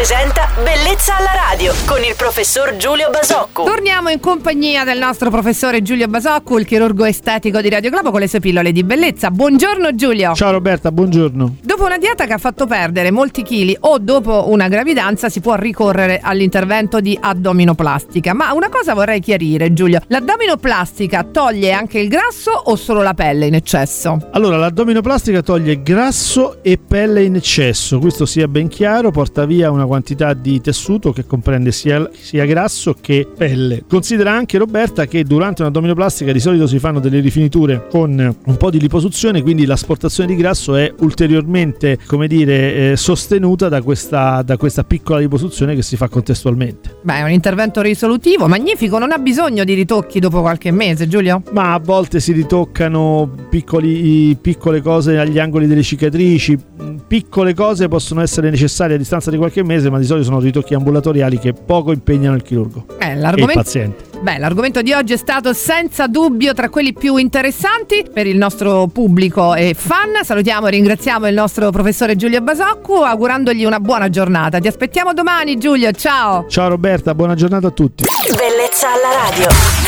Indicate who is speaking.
Speaker 1: presenta Bellezza alla radio con il professor Giulio Basoccu.
Speaker 2: Torniamo in compagnia del nostro professore Giulio Basoccu, il chirurgo estetico di Radio Globo, con le sue pillole di bellezza. Buongiorno Giulio.
Speaker 3: Ciao Roberta, buongiorno.
Speaker 2: Dopo una dieta che ha fatto perdere molti chili o dopo una gravidanza si può ricorrere all'intervento di addominoplastica. Ma una cosa vorrei chiarire, Giulio: l'addominoplastica toglie anche il grasso o solo la pelle in eccesso?
Speaker 3: Allora, l'addominoplastica toglie grasso e pelle in eccesso, questo sia ben chiaro, porta via una quantità di tessuto che comprende sia grasso che pelle. Considera anche, Roberta, che durante un'addominoplastica di solito si fanno delle rifiniture con un po' di liposuzione, quindi l'asportazione di grasso è ulteriormente, sostenuta da questa piccola liposuzione che si fa contestualmente.
Speaker 2: Beh, è un intervento risolutivo, magnifico, non ha bisogno di ritocchi dopo qualche mese, Giulio?
Speaker 3: Ma a volte si ritoccano piccole cose agli angoli delle cicatrici, piccole cose possono essere necessarie a distanza di qualche mese, ma di solito sono ritocchi ambulatoriali che poco impegnano il chirurgo e il paziente.
Speaker 2: Beh, l'argomento di oggi è stato senza dubbio tra quelli più interessanti per il nostro pubblico e fan. Salutiamo e ringraziamo il nostro professore Giulio Basoccu, augurandogli una buona giornata. Ti aspettiamo domani, Giulio, ciao!
Speaker 3: Ciao Roberta, buona giornata a tutti.
Speaker 1: Bellezza alla radio.